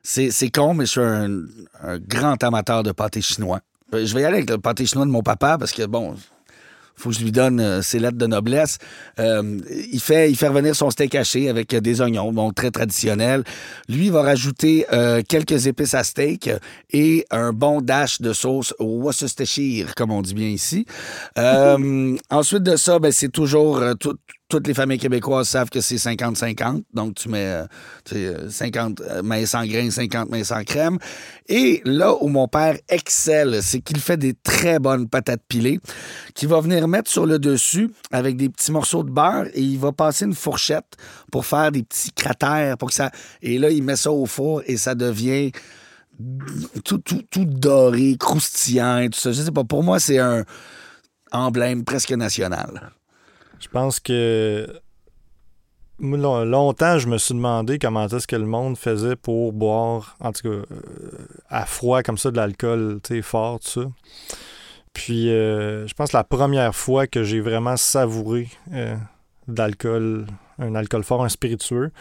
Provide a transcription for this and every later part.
C'est con, mais je suis un grand amateur de pâté chinois. Je vais y aller avec le pâté chinois de mon papa parce que, bon, faut que je lui donne ses lettres de noblesse. Il fait revenir son steak haché avec des oignons, bon, très traditionnel. Lui, il va rajouter quelques épices à steak et un bon dash de sauce Worcestershire, comme on dit bien ici. Ensuite de ça, ben, c'est toujours... toutes les familles québécoises savent que c'est 50-50. Donc, tu mets 50 mains sans grains, 50 mains sans crème. Et là où mon père excelle, c'est qu'il fait des très bonnes patates pilées qu'il va venir mettre sur le dessus avec des petits morceaux de beurre et il va passer une fourchette pour faire des petits cratères. Pour que ça... Et là, il met ça au four et ça devient tout doré, croustillant et tout ça. Je sais pas, pour moi, c'est un emblème presque national. Je pense que longtemps, je me suis demandé comment est-ce que le monde faisait pour boire, en tout cas, à froid comme ça, de l'alcool, tu sais, fort, tout ça. Puis, je pense que la première fois que j'ai vraiment savouré d'alcool, un alcool fort, un spiritueux,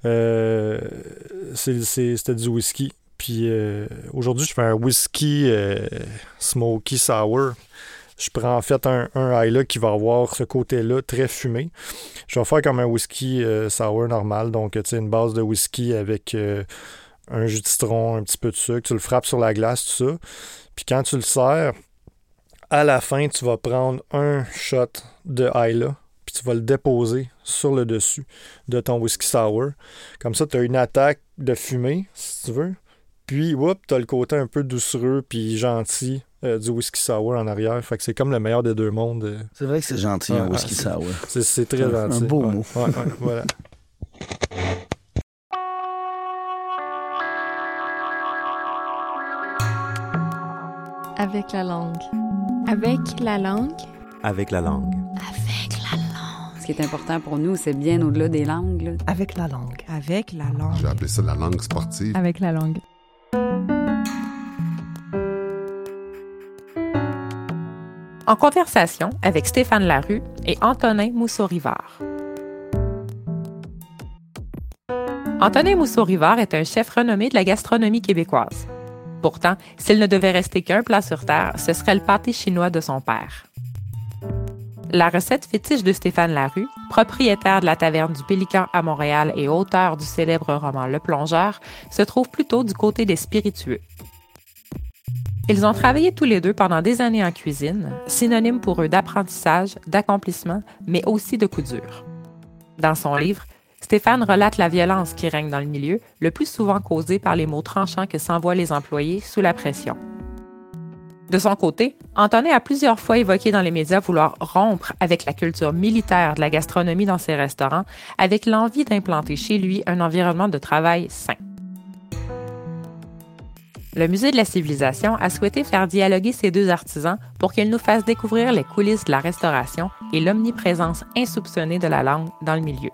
c'était du whisky. Puis, aujourd'hui, je fais un whisky smoky sour. Je prends en fait un Islay qui va avoir ce côté-là très fumé. Je vais faire comme un whisky sour normal. Donc, tu sais, une base de whisky avec un jus de citron, un petit peu de sucre. Tu le frappes sur la glace, tout ça. Puis quand tu le sers, à la fin, tu vas prendre un shot de Islay. Puis tu vas le déposer sur le dessus de ton whisky sour. Comme ça, tu as une attaque de fumée, si tu veux. Puis, tu as le côté un peu doucereux puis gentil du whisky sour en arrière. Fait que c'est comme le meilleur des deux mondes. C'est vrai que c'est gentil, un whisky sour. C'est très gentil. Un beau mot. Ouais, voilà. Avec la langue. Avec la langue. Avec la langue. Avec la langue. Ce qui est important pour nous, c'est bien au-delà des langues. Là. Avec la langue. Avec la langue. J'ai appelé ça la langue sportive. Avec la langue. En conversation avec Stéphane Larue et Antonin Mousseau-Rivard. Antonin Mousseau-Rivard est un chef renommé de la gastronomie québécoise. Pourtant, s'il ne devait rester qu'un plat sur terre, ce serait le pâté chinois de son père. La recette fétiche de Stéphane Larue, propriétaire de la taverne du Pélican à Montréal et auteur du célèbre roman Le Plongeur, se trouve plutôt du côté des spiritueux. Ils ont travaillé tous les deux pendant des années en cuisine, synonyme pour eux d'apprentissage, d'accomplissement, mais aussi de coups durs. Dans son livre, Stéphane relate la violence qui règne dans le milieu, le plus souvent causée par les mots tranchants que s'envoient les employés sous la pression. De son côté, Antonin a plusieurs fois évoqué dans les médias vouloir rompre avec la culture militaire de la gastronomie dans ses restaurants, avec l'envie d'implanter chez lui un environnement de travail sain. Le Musée de la Civilisation a souhaité faire dialoguer ces deux artisans pour qu'ils nous fassent découvrir les coulisses de la restauration et l'omniprésence insoupçonnée de la langue dans le milieu.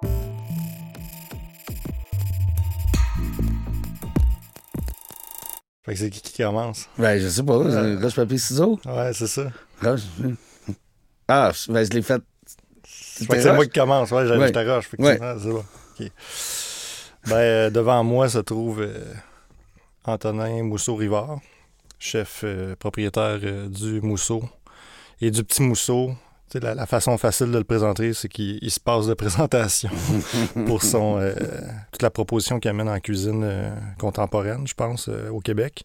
Fait que c'est qui commence? Ben, je sais pas. Roche, papier, ciseaux? Ouais, c'est ça. Ah, ben, je l'ai fait. C'est moi qui commence. Ouais, je t'arrache. Ouais. C'est bon. OK. Ben, devant moi se trouve Antonin Mousseau-Rivard, chef propriétaire du Mousseau et du Petit Mousseau. Tu sais, la façon facile de le présenter, c'est qu'il se passe de présentation pour toute la proposition qu'il amène en cuisine contemporaine, je pense, au Québec.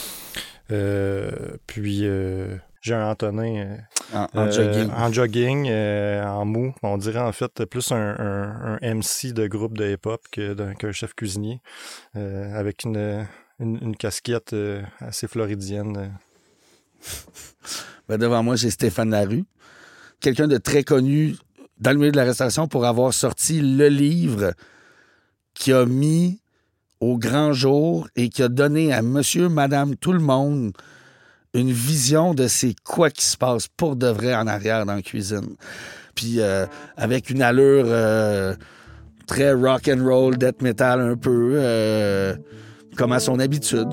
Puis, j'ai un Antonin en jogging, en mou. On dirait en fait plus un MC de groupe de hip-hop qu'un chef cuisinier, avec une casquette assez floridienne. Ben, devant moi, j'ai Stéphane Larue. Quelqu'un de très connu dans le milieu de la restauration pour avoir sorti le livre qui a mis au grand jour et qui a donné à monsieur, madame, tout le monde une vision de c'est quoi qui se passe pour de vrai en arrière dans la cuisine. Puis avec une allure très rock and roll, death metal un peu, comme à son habitude.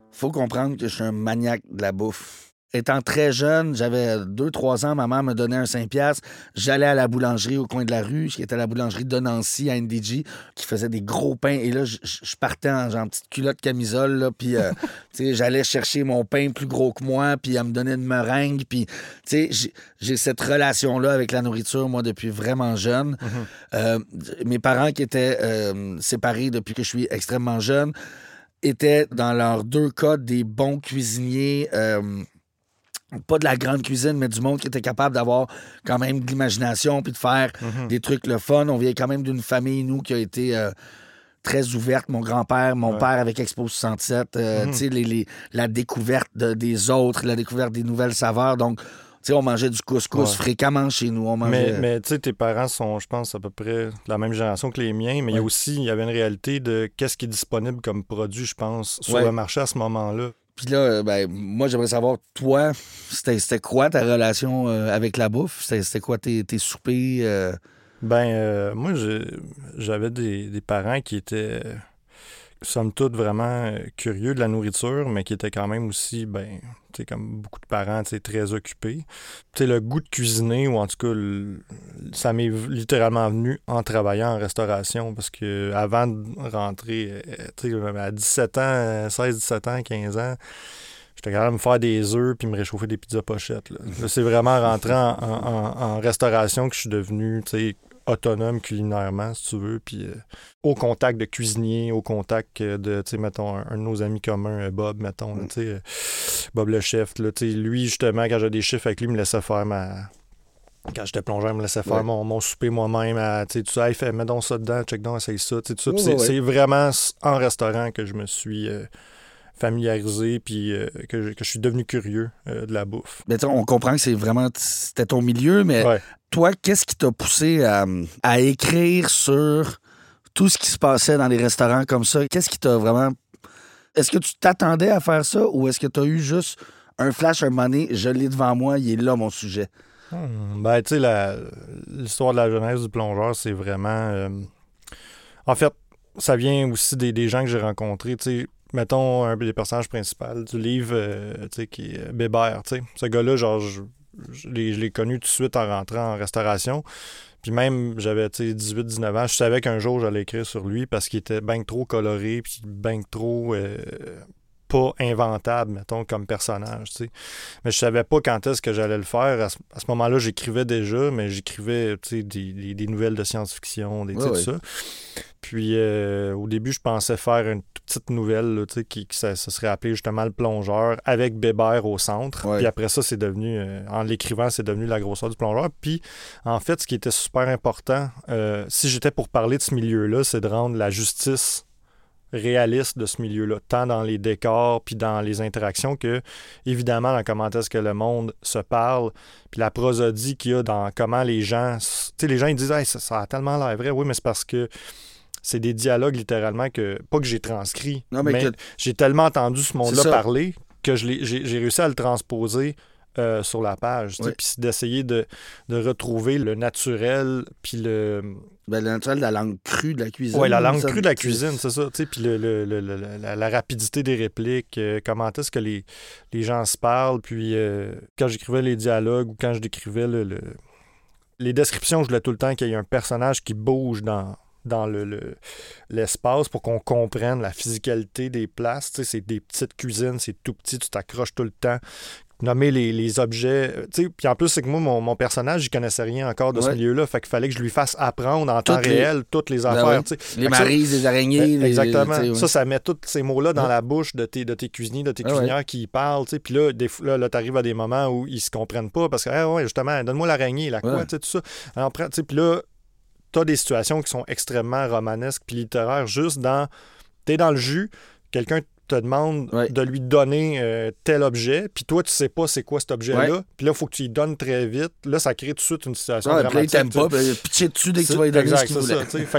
Faut comprendre que je suis un maniaque de la bouffe. Étant très jeune, j'avais 2-3 ans, ma mère me donnait un 5$. J'allais à la boulangerie au coin de la rue, qui était la boulangerie de Nancy à NDG, qui faisait des gros pains. Et là, je partais en genre petite culotte camisole, là, puis j'allais chercher mon pain plus gros que moi, puis elle me donnait une meringue. Puis j'ai cette relation-là avec la nourriture, moi, depuis vraiment jeune. Mes parents qui étaient séparés depuis que je suis extrêmement jeune étaient, dans leurs 2 cas, des bons cuisiniers. Pas de la grande cuisine, mais du monde qui était capable d'avoir quand même de l'imagination puis de faire des trucs le fun. On vient quand même d'une famille, nous, qui a été très ouverte. Mon grand-père, mon père avec Expo 67, tu sais, la découverte des autres, la découverte des nouvelles saveurs. Donc, tu sais, on mangeait du couscous fréquemment chez nous. On mangeait... Mais tu sais, tes parents sont, je pense, à peu près de la même génération que les miens, mais il y avait une réalité de qu'est-ce qui est disponible comme produit, je pense, sur le marché à ce moment-là. Puis là, moi, j'aimerais savoir, toi, c'était quoi ta relation avec la bouffe? C'était quoi tes soupers? Moi, j'avais des parents qui étaient, somme toute, vraiment curieux de la nourriture, mais qui étaient quand même aussi, tu sais, comme beaucoup de parents, tu sais, très occupés. Tu sais, le goût de cuisiner, ou en tout cas, ça m'est littéralement venu en travaillant en restauration, parce que avant de rentrer, tu sais, à 17 ans, 16, 17 ans, 15 ans, j'étais capable de me faire des œufs puis me réchauffer des pizzas pochettes. Là, c'est vraiment rentré en restauration que je suis devenu, tu sais, autonome culinairement, si tu veux, puis au contact de cuisiniers, au contact de, tu sais, mettons, un de nos amis communs, Bob, mettons, tu sais, Bob le chef, là, tu sais, lui, justement, quand j'avais des chiffres avec lui, il me laissait faire Quand j'étais plongeur, il me laissait faire mon souper moi-même, tu sais, tout ça, mets donc ça dedans, check donc, essaye ça, tu sais, tout ça, c'est vraiment en restaurant que je me suis... familiarisé, puis que je suis devenu curieux de la bouffe. Mais on comprend que c'était ton milieu, mais toi, qu'est-ce qui t'a poussé à écrire sur tout ce qui se passait dans les restaurants comme ça? Qu'est-ce qui t'a vraiment... Est-ce que tu t'attendais à faire ça, ou est-ce que tu as eu juste un flash, un moment donné, je l'ai devant moi, il est là, mon sujet? Tu sais, l'histoire de la jeunesse du plongeur, c'est vraiment... En fait, ça vient aussi des gens que j'ai rencontrés, tu sais. Mettons, un des personnages principaux du livre, tu sais, qui est Bébert, tu sais. Ce gars-là, genre, je l'ai connu tout de suite en rentrant en restauration. Puis même, j'avais, tu sais, 18-19 ans, je savais qu'un jour, j'allais écrire sur lui parce qu'il était bien trop coloré, puis bien trop pas inventable, mettons, comme personnage, tu sais. Mais je savais pas quand est-ce que j'allais le faire. À ce moment-là, j'écrivais déjà, mais j'écrivais, tu sais, des nouvelles de science-fiction, tout ça. Puis, au début, je pensais faire une toute petite nouvelle, là, qui ça serait appelé justement Le Plongeur, avec Bébert au centre. Puis après ça, c'est devenu, en l'écrivant, c'est devenu La grosseur du plongeur. Puis, en fait, ce qui était super important, si j'étais pour parler de ce milieu-là, c'est de rendre la justice réaliste de ce milieu-là, tant dans les décors puis dans les interactions que, évidemment, dans comment est-ce que le monde se parle, puis la prosodie qu'il y a dans comment les gens... Tu sais, les gens, ils disent hey, « ça a tellement l'air vrai. » Oui, mais c'est parce que c'est des dialogues, littéralement, que pas que j'ai transcrit, mais j'ai tellement entendu ce monde-là parler que j'ai réussi à le transposer sur la page. Puis d'essayer de retrouver le naturel, puis le... le naturel de la langue crue de la cuisine. Oui, la langue crue de la cuisine, c'est ça. Puis la rapidité des répliques, comment est-ce que les gens se parlent. Puis quand j'écrivais les dialogues ou quand je décrivais les descriptions, je voulais tout le temps qu'il y ait un personnage qui bouge dans l'espace pour qu'on comprenne la physicalité des places. Tu sais, c'est des petites cuisines, c'est tout petit, tu t'accroches tout le temps. Nommer les objets. Puis en plus, c'est que moi, mon personnage, il connaissait rien encore de ce milieu-là. Fait qu'il fallait que je lui fasse apprendre en temps réel toutes les affaires. Les marises, les araignées. Exactement. Ça met tous ces mots-là dans la bouche de tes cuisiniers, de tes cuisinières qui y parlent. Puis là, tu arrives à des moments où ils se comprennent pas parce que, justement, donne-moi l'araignée, la quoi, tout ça. Alors, puis là, tu as des situations qui sont extrêmement romanesques puis littéraires, juste dans... T'es dans le jus, quelqu'un te demande de lui donner tel objet, puis toi, tu sais pas c'est quoi cet objet-là, puis là, il faut que tu lui donnes très vite. Là, ça crée tout de suite une situation dramatique. Puis là, il t'aime pas, puis pitcher dessus dès que tu vas lui donner ce qu'il voulait. Fait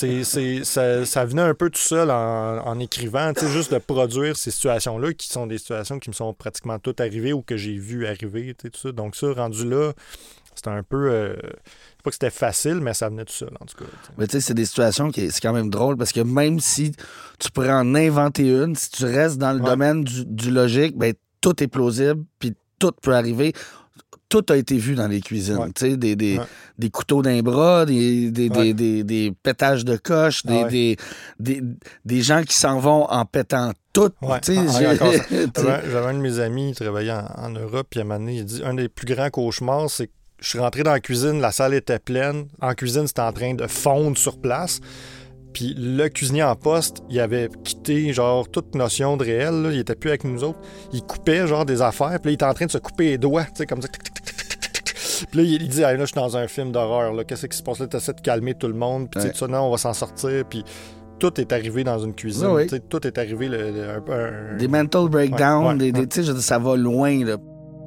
que ça venait un peu tout seul en écrivant, juste de produire ces situations-là, qui sont des situations qui me sont pratiquement toutes arrivées ou que j'ai vu arriver, tout ça. Donc ça, rendu là... C'était un peu... c'est pas que c'était facile, mais ça venait tout seul, en tout cas. Mais tu sais, c'est des situations c'est quand même drôle parce que même si tu pourrais en inventer une, si tu restes dans le domaine du logique, ben tout est plausible, puis tout peut arriver. Tout a été vu dans les cuisines. Ouais. Tu sais, des couteaux d'un bras, des pétages de coche, des gens qui s'en vont en pétant tout. Ouais. Tu sais, J'avais un de mes amis, il travaillait en Europe, puis à un moment donné, il dit un des plus grands cauchemars, c'est que je suis rentré dans la cuisine, la salle était pleine. En cuisine, c'était en train de fondre sur place. Puis le cuisinier en poste, il avait quitté genre toute notion de réel. Là. Il était plus avec nous autres. Il coupait genre des affaires. Puis là, il était en train de se couper les doigts, tu sais, comme ça. Puis là, il dit, là, je suis dans un film d'horreur. Là. Qu'est-ce qui se passe là? Tu essaies de calmer tout le monde. Puis tu sais, tout ça, non, on va s'en sortir. Puis tout est arrivé dans une cuisine. Oui. Tout est arrivé. Des mental breakdowns. Ouais. Tu sais, je veux dire, ça va loin, là.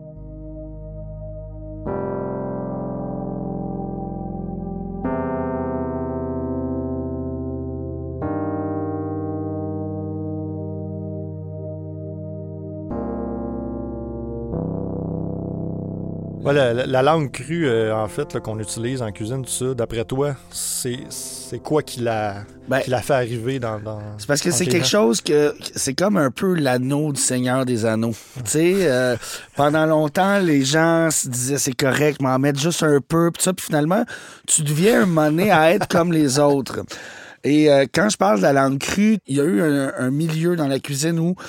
Ouais, la langue crue, en fait, là, qu'on utilise en cuisine, tout ça, d'après toi, c'est quoi qui l'a fait arriver dans c'est parce que c'est quelque chose que c'est comme un peu l'anneau du Seigneur des Anneaux. Tu sais, pendant longtemps, les gens se disaient c'est correct, mais en mettre juste un peu, puis ça, puis finalement, tu deviens un moment donné à être comme les autres. Et quand je parle de la langue crue, il y a eu un milieu dans la cuisine où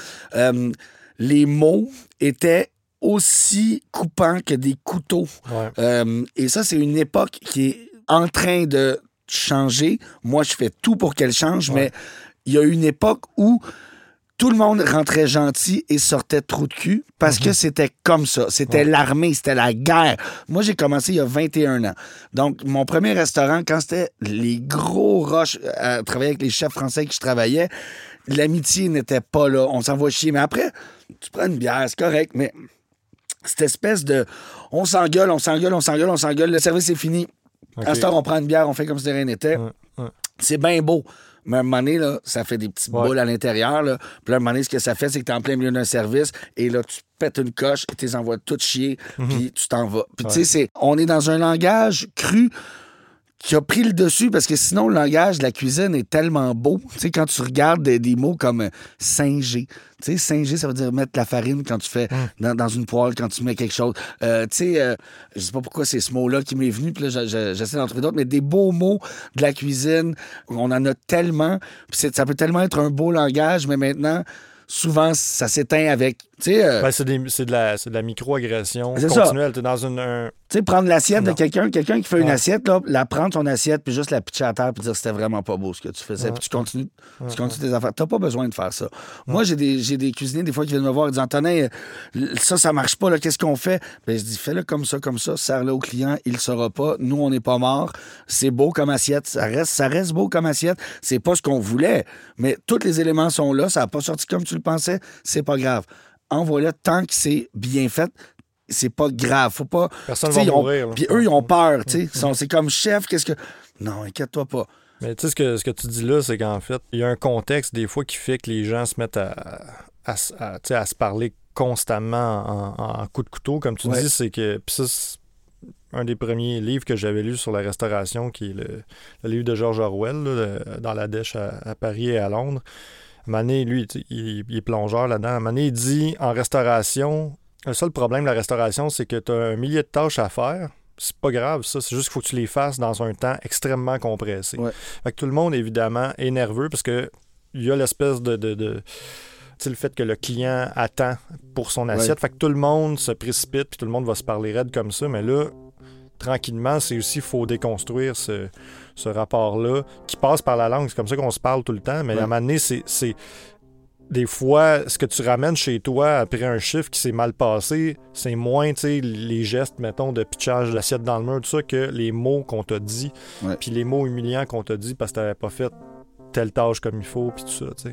les mots étaient aussi coupants que des couteaux. Ouais. Et ça, c'est une époque qui est en train de changer. Moi, je fais tout pour qu'elle change, mais il y a une époque où tout le monde rentrait gentil et sortait trou de cul parce que c'était comme ça. C'était l'armée, c'était la guerre. Moi, j'ai commencé il y a 21 ans. Donc, mon premier restaurant, quand c'était les gros rushs à travailler avec les chefs français que je travaillais, l'amitié n'était pas là. On s'envoie chier. Mais après, tu prends une bière, c'est correct, mais cette espèce de... On s'engueule, le service est fini. Okay. À cette heure, on prend une bière, on fait comme si de rien n'était. C'est bien beau. Mais à un moment donné, là, ça fait des petites boules à l'intérieur. Là. Puis là, à un moment donné, ce que ça fait, c'est que tu es en plein milieu d'un service et là, tu pètes une coche et tu les envoies toutes chier, puis tu t'en vas. Puis tu sais, on est dans un langage cru qui a pris le dessus parce que sinon, le langage de la cuisine est tellement beau. Tu sais, quand tu regardes des mots comme singer. Tu sais, singer, ça veut dire mettre la farine quand tu fais dans une poêle, quand tu mets quelque chose. Tu sais, je sais pas pourquoi c'est ce mot-là qui m'est venu, puis là, j'essaie d'en trouver d'autres, mais des beaux mots de la cuisine, on en a tellement, puis ça peut tellement être un beau langage, mais maintenant, souvent, ça s'éteint avec... Tu sais, c'est de la micro-agression c'est continuelle. T'es dans un... Tu sais, prendre l'assiette de Non. quelqu'un qui fait une assiette, là, la prendre ton assiette, puis juste la pitcher à terre, puis dire c'était vraiment pas beau ce que tu faisais, puis tu continues tes affaires. T'as pas besoin de faire ça. Moi, j'ai des cuisiniers, des fois, qui viennent me voir et disent Antonin, ça marche pas, là, qu'est-ce qu'on fait? Ben, je dis fais-le comme ça, sers-le au client, il le saura pas. Nous, on n'est pas morts. C'est beau comme assiette, ça reste beau comme assiette. C'est pas ce qu'on voulait, mais tous les éléments sont là, ça n'a pas sorti comme tu le pensais, c'est pas grave. Envoie-le tant que c'est bien fait. C'est pas grave. Faut pas. Personne va mourir. Puis eux, ils ont peur. C'est comme chef, qu'est-ce que. Non, inquiète-toi pas. Mais tu sais, ce que tu dis là, c'est qu'en fait, il y a un contexte des fois qui fait que les gens se mettent à se parler constamment en coup de couteau. Comme tu dis, c'est que. Puis ça, c'est un des premiers livres que j'avais lu sur la restauration, qui est le livre de George Orwell, là, Dans la dèche à Paris et à Londres. Mané, lui, il est plongeur là-dedans. Mané, il dit en restauration, le seul problème de la restauration, c'est que tu as un millier de tâches à faire. C'est pas grave, ça. C'est juste qu'il faut que tu les fasses dans un temps extrêmement compressé. Ouais. Fait que tout le monde, évidemment, est nerveux parce que il y a l'espèce de tu sais, le fait que le client attend pour son assiette. Fait que tout le monde se précipite puis tout le monde va se parler raide comme ça. Mais là, tranquillement, c'est aussi, il faut déconstruire ce rapport-là qui passe par la langue. C'est comme ça qu'on se parle tout le temps. Mais à un moment donné, c'est des fois, ce que tu ramènes chez toi après un chiffre qui s'est mal passé, c'est moins, tu sais, les gestes, mettons, de pitchage de l'assiette dans le mur, tout ça, que les mots qu'on t'a dit, puis les mots humiliants qu'on t'a dit parce que t'avais pas fait telle tâche comme il faut, puis tout ça, tu sais.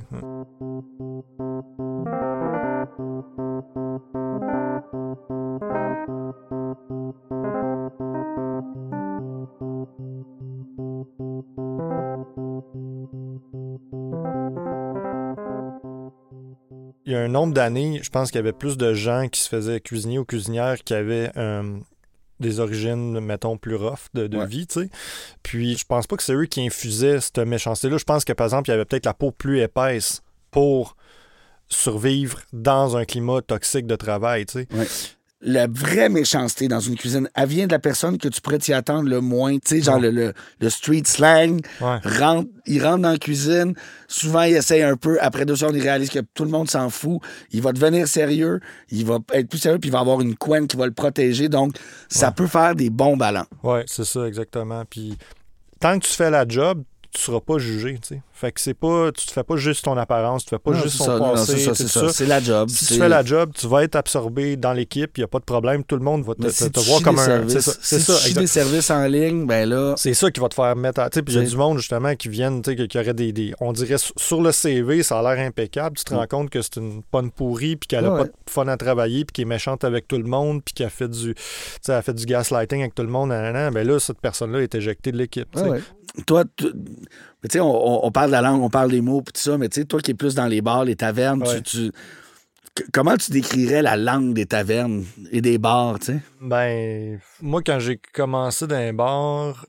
Il y a un nombre d'années, je pense qu'il y avait plus de gens qui se faisaient cuisinier ou cuisinière qui avaient des origines, mettons, plus rough de Ouais. vie, tu sais. Puis je pense pas que c'est eux qui infusaient cette méchanceté-là. Je pense que, par exemple, il y avait peut-être la peau plus épaisse pour survivre dans un climat toxique de travail, tu sais. Ouais. La vraie méchanceté dans une cuisine, elle vient de la personne que tu pourrais t'y attendre le moins. Tu sais, genre le street slang. Ouais. Il rentre dans la cuisine. Souvent, il essaye un peu. Après 2 secondes, il réalise que tout le monde s'en fout. Il va devenir sérieux. Il va être plus sérieux, puis il va avoir une couenne qui va le protéger. Donc, ça peut faire des bons ballons. Ouais, c'est ça, exactement. Puis tant que tu fais la job, tu seras pas jugé, tu sais. Fait que c'est pas... Tu te fais pas juste ton apparence, tu te fais pas Non, juste c'est son ça, non, passé, c'est tout ça. C'est la job. Si tu fais la job, tu vas être absorbé dans l'équipe, il n'y a pas de problème, tout le monde va Mais si te tu voir chies comme des un... services, C'est si ça, tu chies exact. des services en ligne, ben là... C'est ça qui va te faire mettre à... Tu sais, puis il y a C'est- du monde, justement, qui viennent, tu sais, qui aurait des... On dirait, sur le CV, ça a l'air impeccable. Tu te rends compte que c'est une bonne pourrie, puis qu'elle a Ouais. pas de fun à travailler, puis qu'elle est méchante avec tout le monde, puis qu'elle fait du... Tu sais, elle fait du gaslighting avec tout le monde, nanana. Ben là, cette personne-là est éjectée de l'équipe, tu sais. Ouais. Toi, mais tu sais, on parle de la langue, on parle des mots, puis tout ça, mais tu sais, toi qui es plus dans les bars, les tavernes, Ouais. comment tu décrirais la langue des tavernes et des bars, tu sais? Ben, moi, quand j'ai commencé dans un bar,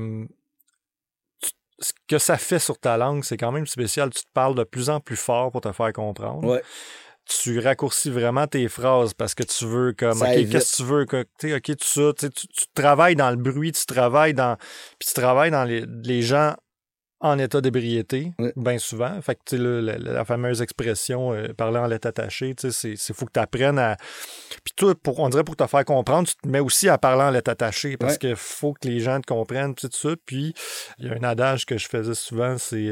ce que ça fait sur ta langue, c'est quand même spécial. Tu te parles de plus en plus fort pour te faire comprendre. Ouais. Tu raccourcis vraiment tes phrases parce que tu veux comme Ça OK, évite. qu'est-ce que tu veux que tu sais, OK, tout ça, tu travailles dans le bruit, tu travailles dans les gens en état d'ébriété, Ouais. bien souvent. Fait que tu sais la fameuse expression parler en lettres attachées, tu sais, c'est faut que tu apprennes à puis toi on dirait pour te faire comprendre, tu te mets aussi à parler en lettres attachées parce Ouais. que faut que les gens te comprennent puis tout ça. Puis il y a un adage que je faisais souvent, c'est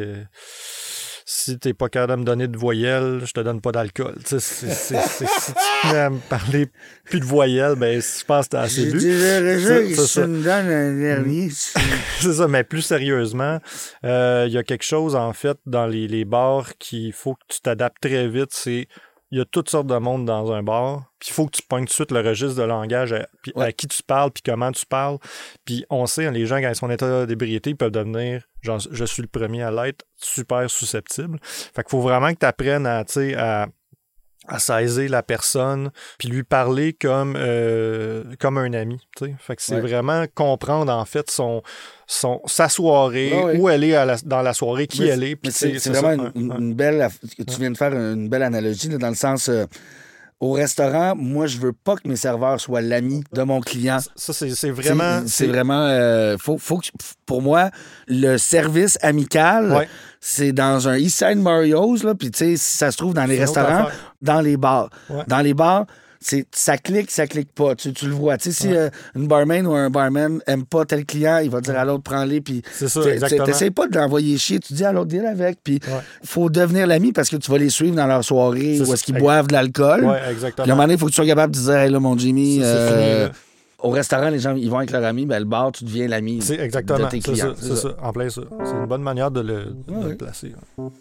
si t'es pas capable de me donner de voyelles, je te donne pas d'alcool. Tu sais, si tu te mets à me parler plus de voyelles, ben je pense que t'as assez bu. C'est ça. me donne un dernier. C'est ça, mais plus sérieusement, il y a quelque chose, en fait, dans les bars qu'il faut que tu t'adaptes très vite. C'est il y a toutes sortes de monde dans un bar, puis il faut que tu pognes tout de suite le registre de langage à qui tu parles, puis comment tu parles. Puis on sait, hein, les gens, quand ils sont en état d'ébriété, ils peuvent devenir, genre, je suis le premier à l'être, super susceptible. Fait qu'il faut vraiment que tu apprennes à saisir la personne, puis lui parler comme un ami, tu sais. Fait que c'est Ouais. vraiment comprendre, en fait, sa soirée, Ouais, ouais. où elle est dans la soirée, qui Mais elle est. Mais Puis c'est vraiment une belle... Tu viens de faire une belle analogie, là, dans le sens... au restaurant, moi, je veux pas que mes serveurs soient l'ami de mon client. Ça, c'est vraiment... C'est vraiment... faut que, pour moi, le service amical, Ouais. c'est dans un East Side Mario's, là, puis tu sais, si ça se trouve dans les C'est une autre restaurants, affaire. dans les bars. Ouais. Dans les bars, ça clique pas. Tu le vois. Tu sais, si une barmaid ou un barman aime pas tel client, il va dire à l'autre, prends-les, puis C'est ça, exactement. t'essayes pas de l'envoyer chier, tu dis à l'autre, deal avec, puis Ouais. faut devenir l'ami parce que tu vas les suivre dans leur soirée C'est où ça. est-ce qu'ils boivent de l'alcool. Ouais, Puis à un exactement. moment donné, il faut que tu sois capable de dire, hey, là, mon Jimmy, C'est fini, là. au restaurant, les gens, ils vont avec leur ami, ben, le bar, tu deviens l'ami C'est de exactement, tes c'est clients. ça, c'est ça, en plein ça. C'est une bonne manière de le Ouais. placer.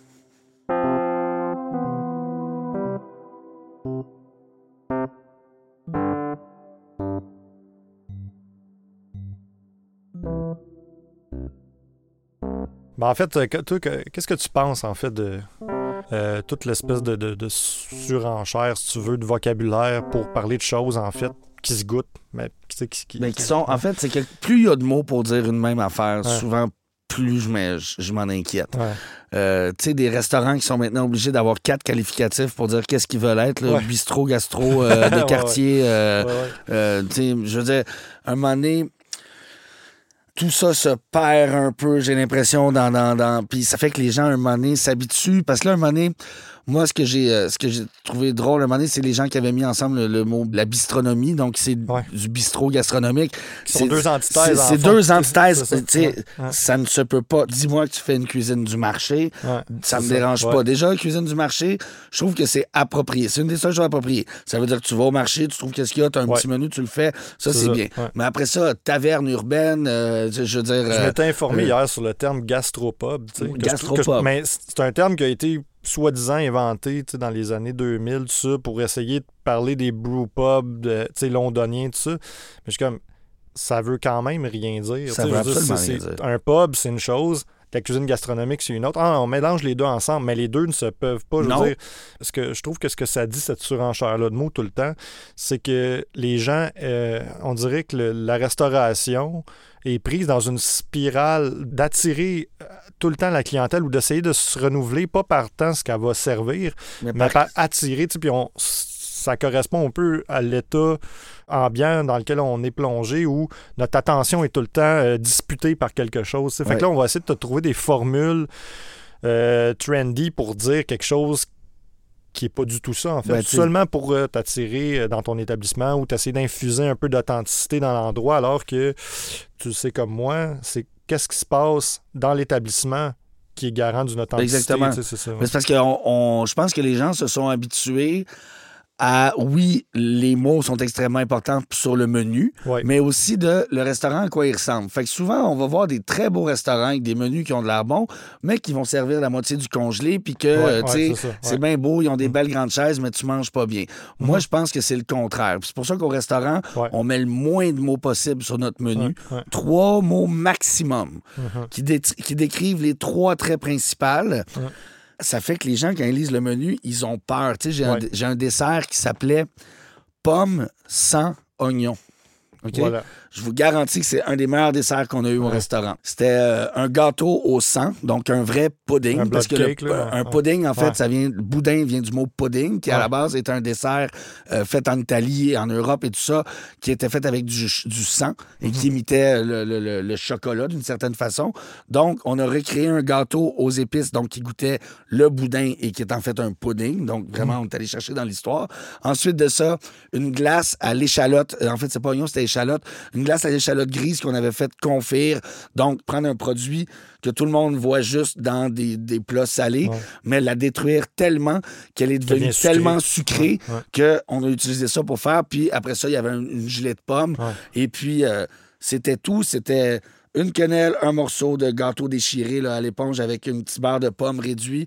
Ben, en fait, toi, qu'est-ce que tu penses, en fait, de toute l'espèce de surenchère, si tu veux, de vocabulaire pour parler de choses, en fait, qui se goûtent, mais Ben, qui sont, en fait, c'est que plus il y a de mots pour dire une même affaire, Ouais. souvent, plus je m'en inquiète. Ouais. Tu sais, des restaurants qui sont maintenant obligés d'avoir 4 qualificatifs pour dire qu'est-ce qu'ils veulent être, là, Ouais. bistrot, gastro, de Ouais, quartier. Ouais. Tu sais, je veux dire, un moment donné, tout ça se perd un peu, j'ai l'impression, dans... Puis ça fait que les gens, un moment donné, s'habituent. Parce que là, un moment donné, moi, ce que j'ai trouvé drôle, un moment donné, c'est les gens qui avaient mis ensemble le mot la bistronomie. Donc, c'est Ouais. du bistrot gastronomique. Qui sont deux antithèses, en C'est fond. deux antithèses. C'est ça. Tu sais, Ouais. ça ne se peut pas. Dis-moi que tu fais une cuisine du marché. Ouais. Ça C'est me dérange ouais. pas. Déjà, cuisine du marché, je trouve que c'est approprié. C'est une des seules choses appropriées. Ça veut dire que tu vas au marché, tu trouves qu'est-ce qu'il y a, tu as un Ouais. petit menu, tu le fais. Ça, C'est c'est ça, bien. ouais. Mais après ça, taverne urbaine, je veux dire... Je m'étais informé hier sur le terme gastropub. Tu sais, Oui, que gastropub. mais c'est un terme qui a été soi-disant inventé, tu sais, dans les années 2000, tout ça, pour essayer de parler des brewpubs tu sais, londoniens, tout ça. Mais je suis comme, ça veut quand même rien dire. Ça Tu sais, veut je veux dire, absolument rien dire. Un pub, c'est une chose. la cuisine gastronomique, c'est une autre. On mélange les deux ensemble, mais les deux ne se peuvent pas. Je veux dire, parce que je trouve que ce que ça dit, cette surenchère-là de mots tout le temps, c'est que les gens, on dirait que la restauration est prise dans une spirale d'attirer tout le temps la clientèle ou d'essayer de se renouveler, pas par tant ce qu'elle va servir, mais par attirer. Puis ça correspond un peu à l'état ambiant dans lequel on est plongé, où notre attention est tout le temps disputée par quelque chose. Fait que là, on va essayer de te trouver des formules trendy pour dire quelque chose qui n'est pas du tout ça, en fait. Seulement pour t'attirer dans ton établissement ou t'essayer d'infuser un peu d'authenticité dans l'endroit, alors que, tu le sais comme moi, c'est qu'est-ce qui se passe dans l'établissement qui est garant d'une authenticité. Exactement. C'est ça, mais c'est parce que je pense que les gens se sont habitués à, oui, les mots sont extrêmement importants sur le menu, mais aussi le restaurant à quoi il ressemble. Fait que souvent, on va voir des très beaux restaurants avec des menus qui ont de l'air bons, mais qui vont servir la moitié du congelé, puis que, c'est bien beau, ils ont des belles grandes chaises, mais tu manges pas bien. Moi, je pense que c'est le contraire. C'est pour ça qu'au restaurant, on met le moins de mots possible sur notre menu. 3 mots maximum qui décrivent les 3 traits principaux. Ça fait que les gens, quand ils lisent le menu, ils ont peur. Tu sais, j'ai un dessert qui s'appelait pomme sans oignon. Okay? Voilà. Je vous garantis que c'est un des meilleurs desserts qu'on a eu au restaurant. C'était un gâteau au sang, donc un vrai pudding. Parce que un pudding, en fait, le boudin vient du mot pudding, qui à la base est un dessert fait en Italie, en Europe et tout ça, qui était fait avec du sang et qui imitait le chocolat d'une certaine façon. Donc, on a recréé un gâteau aux épices, donc qui goûtait le boudin et qui est en fait un pudding. Donc, vraiment, on est allé chercher dans l'histoire. Ensuite de ça, une glace à l'échalote. En fait, c'est pas oignon, c'était échalote. Une glace à l'échalote grise qu'on avait fait confire. Donc, prendre un produit que tout le monde voit juste dans des plats salés, mais la détruire tellement qu'elle est devenue tellement sucrée qu'on a utilisé ça pour faire. Puis après ça, il y avait une gelée de pommes. Et puis, c'était tout. C'était une quenelle, un morceau de gâteau déchiré là, à l'éponge avec une petite barre de pommes réduit.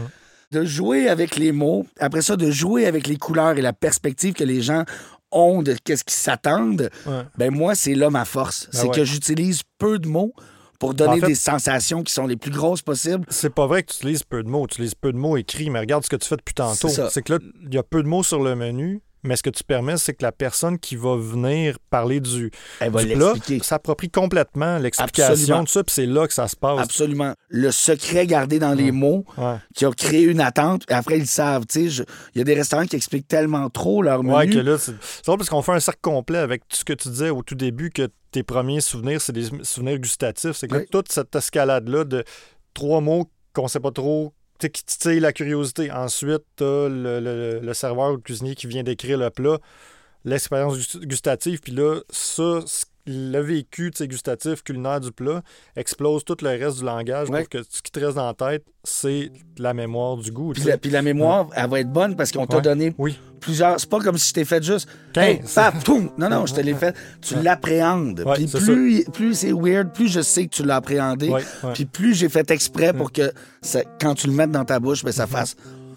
De jouer avec les mots. Après ça, de jouer avec les couleurs et la perspective que les gens ont de qu'est-ce qu'ils s'attendent, ben moi, c'est là ma force. C'est que j'utilise peu de mots pour donner des sensations qui sont les plus grosses possibles. C'est pas vrai que tu utilises peu de mots. Tu utilises peu de mots écrits, mais regarde ce que tu fais depuis tantôt. C'est que là, il y a peu de mots sur le menu, mais ce que tu permets, c'est que la personne qui va venir parler du plat s'approprie complètement l'explication de ça, puis c'est là que ça se passe. Absolument. Le secret gardé dans les mots qui a créé une attente, et après, ils savent. Il y a des restaurants qui expliquent tellement trop leur menu. Oui, que là, c'est drôle parce qu'on fait un cercle complet avec tout ce que tu disais au tout début, que tes premiers souvenirs, c'est des souvenirs gustatifs. C'est que là, toute cette escalade-là de 3 mots qu'on sait pas trop, qui titille la curiosité. Ensuite, t'as le serveur ou le cuisinier qui vient décrire le plat, l'expérience gustative, puis là, ça, le vécu gustatif, culinaire du plat, explose tout le reste du langage pour que ce qui te reste dans la tête, c'est la mémoire du goût. Puis la mémoire, elle va être bonne parce qu'on t'a donné plusieurs... C'est pas comme si je t'ai fait juste... Hey, poum! Non, je te l'ai fait. Tu l'appréhendes. Puis plus c'est weird, plus je sais que tu l'as appréhendé. Puis plus j'ai fait exprès pour que quand tu le mettes dans ta bouche, ben, ça fasse...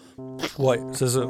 Oui, c'est ça.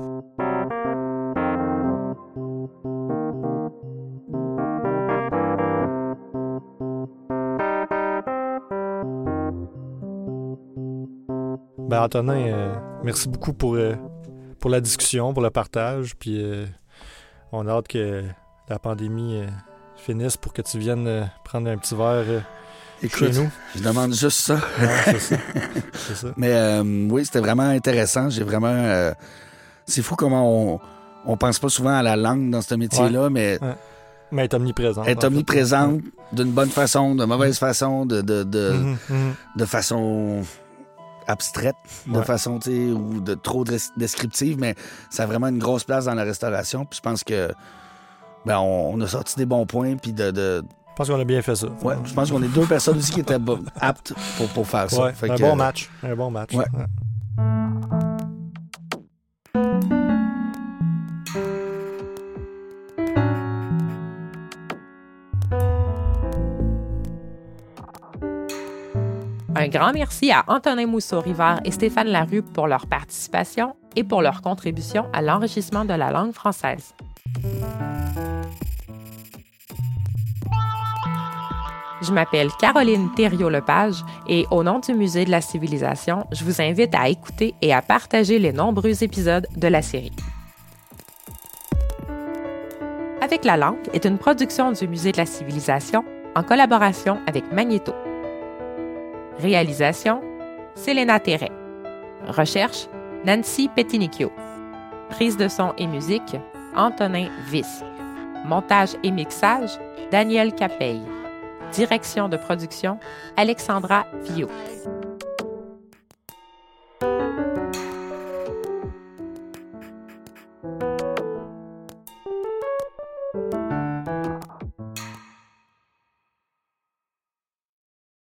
Ben Antonin, merci beaucoup pour la discussion, pour le partage. Puis on a hâte que la pandémie finisse pour que tu viennes prendre un petit verre chez nous. Je demande juste ça. Ouais, c'est ça. Mais oui, c'était vraiment intéressant. J'ai vraiment... c'est fou comment on pense pas souvent à la langue dans ce métier-là, mais... Ouais. Mais elle est omniprésente. Elle est omniprésente d'une bonne façon, de mauvaise façon, de façon... abstraite, de façon, ou de trop descriptive, mais ça a vraiment une grosse place dans la restauration. Puis je pense que on a sorti des bons points, puis Je pense qu'on a bien fait ça. Ouais, je pense qu'on est 2 personnes aussi qui étaient aptes pour faire ça. Ouais, un bon match. Un bon match. Ouais. Un grand merci à Antonin Mousseau-Rivard et Stéphane Larue pour leur participation et pour leur contribution à l'enrichissement de la langue française. Je m'appelle Caroline Thériault-Lepage et au nom du Musée de la Civilisation, je vous invite à écouter et à partager les nombreux épisodes de la série. Avec la langue est une production du Musée de la Civilisation en collaboration avec Magnéto. Réalisation, Selena Terret. Recherche, Nancy Petinicchio. Prise de son et musique, Antonin Viss. Montage et mixage, Daniel Capeille. Direction de production, Alexandra Viau.